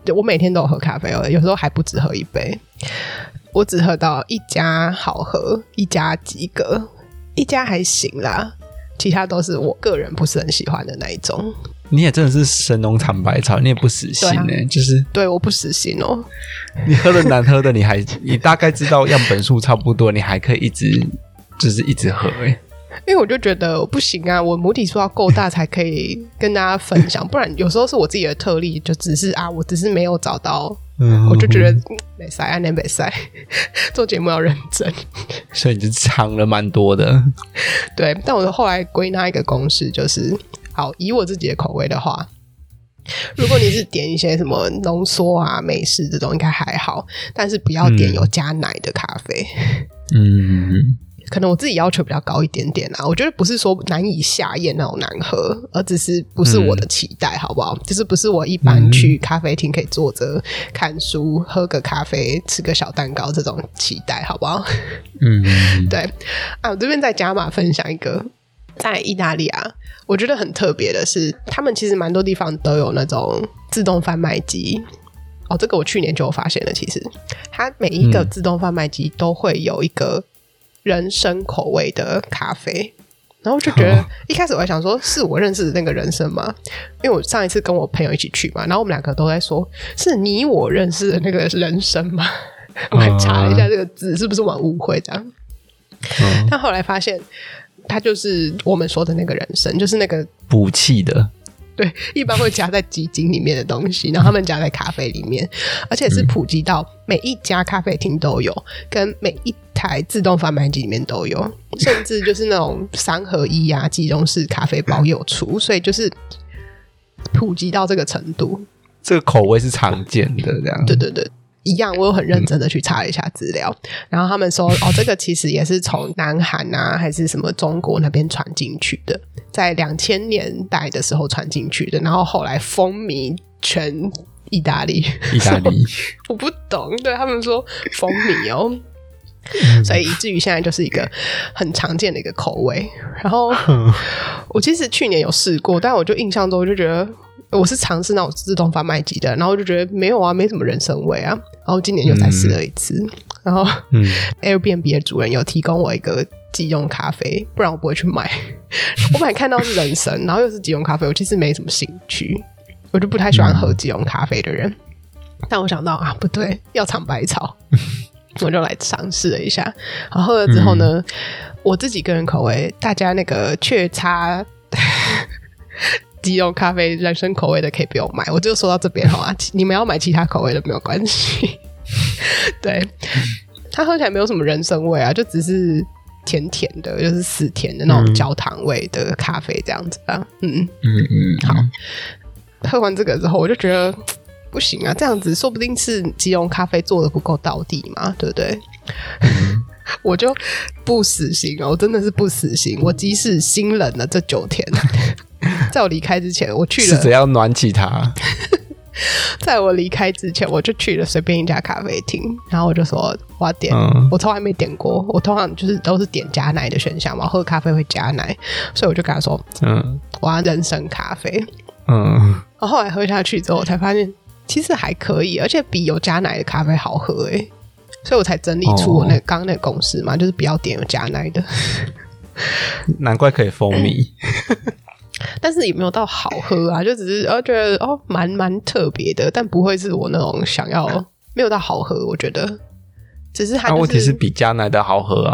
我每天都有喝咖啡哦，有时候还不止喝一杯。我只喝到一家好喝，一家及格，一家还行啦，其他都是我个人不是很喜欢的那一种。 你也真的是神农尝百草，你也不死心就是对，我不死心哦。 你喝了难喝的，你大概知道样本数差不多，你还可以一直喝因为我就觉得不行啊，我母体数要够大才可以跟大家分享，不然有时候是我自己的特例，就只是我只是没有找到，我就觉得没塞，安内没塞，做节目要认真， 所以你就尝了蛮多的。 对，但我后来归纳一个公式，就是好，以我自己的口味的话，如果你是点一些什么浓缩啊、美式这种，应该还好，但是不要点有加奶的咖啡。可能我自己要求比较高一点点啦，我觉得不是说难以下咽那种难喝，而只是不是我的期待，好不好？就是不是我一般去咖啡厅可以坐着看书、喝个咖啡、吃个小蛋糕这种期待，好不好？对我这边再加码分享一个，在意大利我觉得很特别的是，他们其实蛮多地方都有那种自动贩卖机。这个我去年就有发现了，其实它每一个自动贩卖机都会有一个人参口味的咖啡，然后我就觉得一开始我还想说是我认识的那个人参吗？因为我上一次跟我朋友一起去嘛，然后我们两个都在说是你我认识的那个人参吗？我还查了一下这个字是不是我们误会这样，但后来发现它就是我们说的那个人参，就是那个补气的， 对，一般会加在鸡精里面的东西，然后他们加在咖啡里面，而且是普及到每一家咖啡厅都有，跟每一台自动贩卖机里面都有，甚至就是那种3合1啊即溶式咖啡包有出，所以就是普及到这个程度， 这个口味是常见的这样。 对对对，一样，我有很认真的去查了一下资料，然后他们说这个其实也是从南韩啊还是什么中国那边传进去的，在2000年代的时候传进去的，然后后来风靡全意大利我不懂，对他们说风靡哦所以以至于现在就是一个很常见的一个口味。然后我其实去年有试过，但我就印象中我就觉得我是尝试那种自动贩卖机的，然后我就觉得没有没什么人参味啊，然后今年就再试了一次，然后Airbnb 的主人有提供我一个即溶咖啡，不然我不会去买我本来看到是人参，然后又是即溶咖啡，我其实没什么兴趣，我就不太喜欢喝即溶咖啡的人，但我想到不对，要尝百草我就来尝试了一下，然后喝了之后呢，我自己个人口味，大家那个雀差即溶咖啡人参口味的可以不用买，我就说到这边好啊，你们要买其他口味的没有关系对，它喝起来没有什么人参味就只是甜甜的，就是死甜的那种焦糖味的咖啡这样子好，喝完这个之后我就觉得不行啊，这样子说不定是即溶咖啡做的不够到底嘛，对不对我就不死心我真的是不死心，我即使心冷了这9天在我离开之前我去了， 试着要暖起它在我离开之前我就去了随便一家咖啡厅，然后我就说我要点我从来没点过，我通常就是都是点加奶的选项嘛，喝咖啡会加奶，所以我就跟他说我要人参咖啡然后后来喝下去之后我才发现其实还可以，而且比有加奶的咖啡好喝所以我才整理出我刚刚那个公式嘛，就是不要点有加奶的难怪可以风靡但是也没有到好喝就只是觉得蛮特别的，但不会是我那种想要，没有到好喝，我觉得只是它问题是比加奶的好喝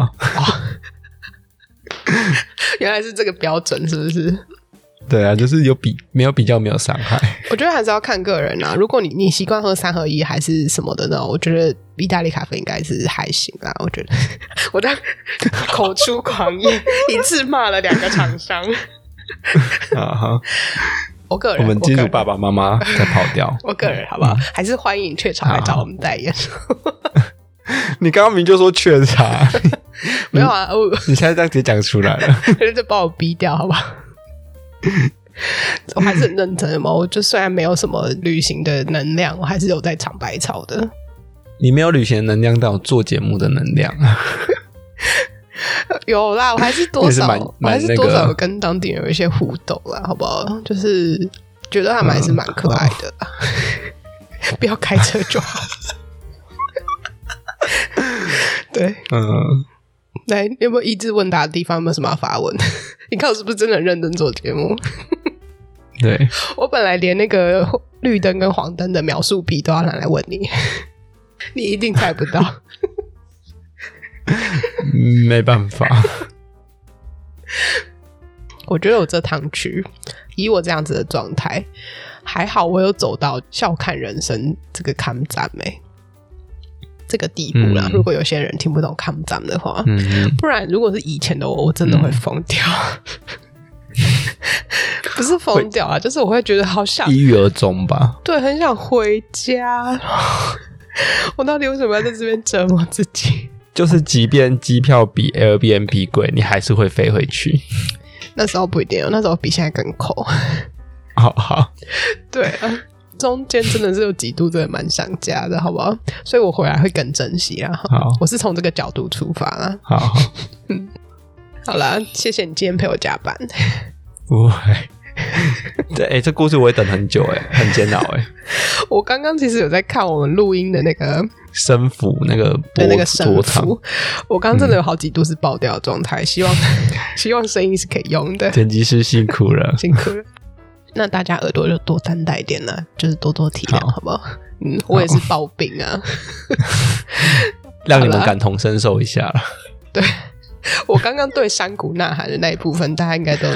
原来是这个标准是不是？ 对啊，就是没有比较没有伤害。 我觉得还是要看个人如果你习惯喝3合1还是什么的呢，我觉得意大利咖啡应该是还行啦，我觉得我在口出狂言一次骂了2个厂商我个人我们金主爸爸妈妈在跑掉我个人好不好还是欢迎雀巢来找我们代言你刚刚明就说雀巢没有你现在这样直接讲出来了就把我逼掉好不好我还是很认真的嘛，我就虽然没有什么旅行的能量，我还是有在尝百草的。 你没有旅行的能量，但有做节目的能量有啦，我还是多少我还是多少有跟当地人有一些互动啦，好不好？就是觉得他们还是蛮可爱的啦不要开车就好。对，来，有没有益智问答的地方？有没有什么要发问？你看我是不是真的很认真做节目？ 对， 我本来连那个绿灯跟黄灯的描述比都要拿来问你，你一定猜不到。 没办法。 我觉得我这趟去，以我这样子的状态，还好我有走到笑看人生这个看站这个地步啦。如果有些人听不懂看站的话，不然如果是以前的我真的会疯掉。不是疯掉啊，就是我会觉得好想抑郁而终吧。 对，很想回家。我到底为什么要在这边折磨自己？ 就是即便机票比 Airbnb 贵，你还是会飞回去。 那时候不一定，那时候比现在更抠。 好， 对啊，中间真的是有几度真的蛮想家的，好不好？所以我回来会更珍惜啦。 好， 我是从这个角度出发啦。 好， 好啦，谢谢你今天陪我加班。 不会。对，这故事我会等很久很煎熬我刚刚其实有在看我们录音的那个声符，那个波长， 我刚刚真的有好几度是爆掉的状态，希望声音是可以用的。 剪辑师辛苦了， 辛苦了。那大家耳朵就多担待一点啦，就是多多体谅，好不好？我也是暴病啊， 让你们感同身受一下啦。 对，我刚刚对山谷呐喊的那一部分，大家应该都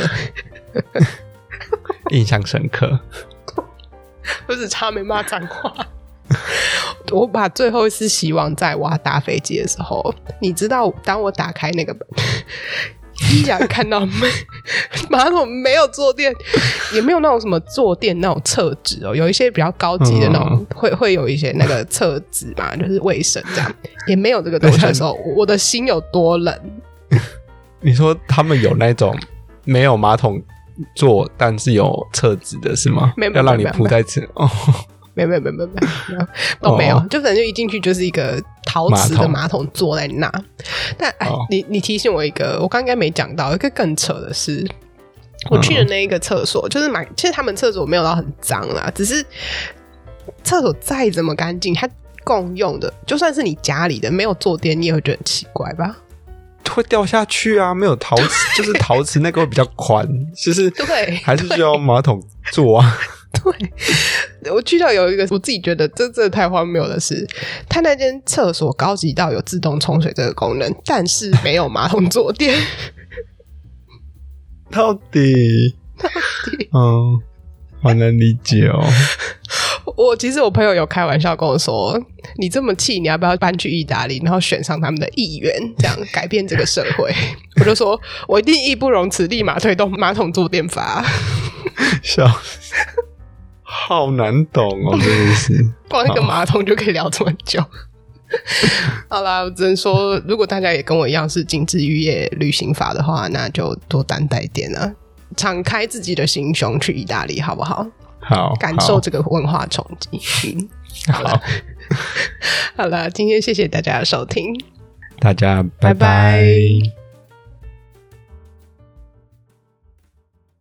印象深刻。 我只差没骂脏话。我把最后一丝希望在我要搭飞机的时候，你知道，当我打开那个门，依然看到马桶没有坐垫，也没有那种什么坐垫那种厕纸哦，有一些比较高级的那种，会有一些那个厕纸嘛，就是卫生这样，也没有这个东西的时候，我的心有多冷？ 你说他们有那种没有马桶坐，但是有厕纸的是吗？ 没有， 要让你铺在这哦。 没有都没有，就反正就一进去就是一个陶瓷的马桶坐在那。但你提醒我一个，我刚应该没讲到一个更扯的是，我去的那一个厕所，就是其实他们厕所没有到很脏啦，只是厕所再怎么干净，它共用的，就算是你家里的没有坐垫，你也会觉得很奇怪吧？ 会掉下去啊！没有陶瓷，就是陶瓷那个会比较宽，就是对， 还是需要马桶坐啊。 对，我去到有一个我自己觉得这真的太荒谬的是，他那间厕所高级到有自动冲水这个功能，但是没有马桶坐垫。 到底好难理解哦。 其实我朋友有开玩笑跟我说，你这么气，你要不要搬去意大利，然后选上他们的议员，这样改变这个社会？我就说我一定义不容辞，立马推动马桶坐垫法。 笑死，好难懂哦，真的是光一个马桶就可以聊这么久。好啦，我只能说，如果大家也跟我一样是精致渔业旅行法的话，那就多担待一点啊，敞开自己的心胸去意大利，好不好？ 好， 感受这个文化冲击。好了，好了，今天谢谢大家的收听， 大家拜拜拜。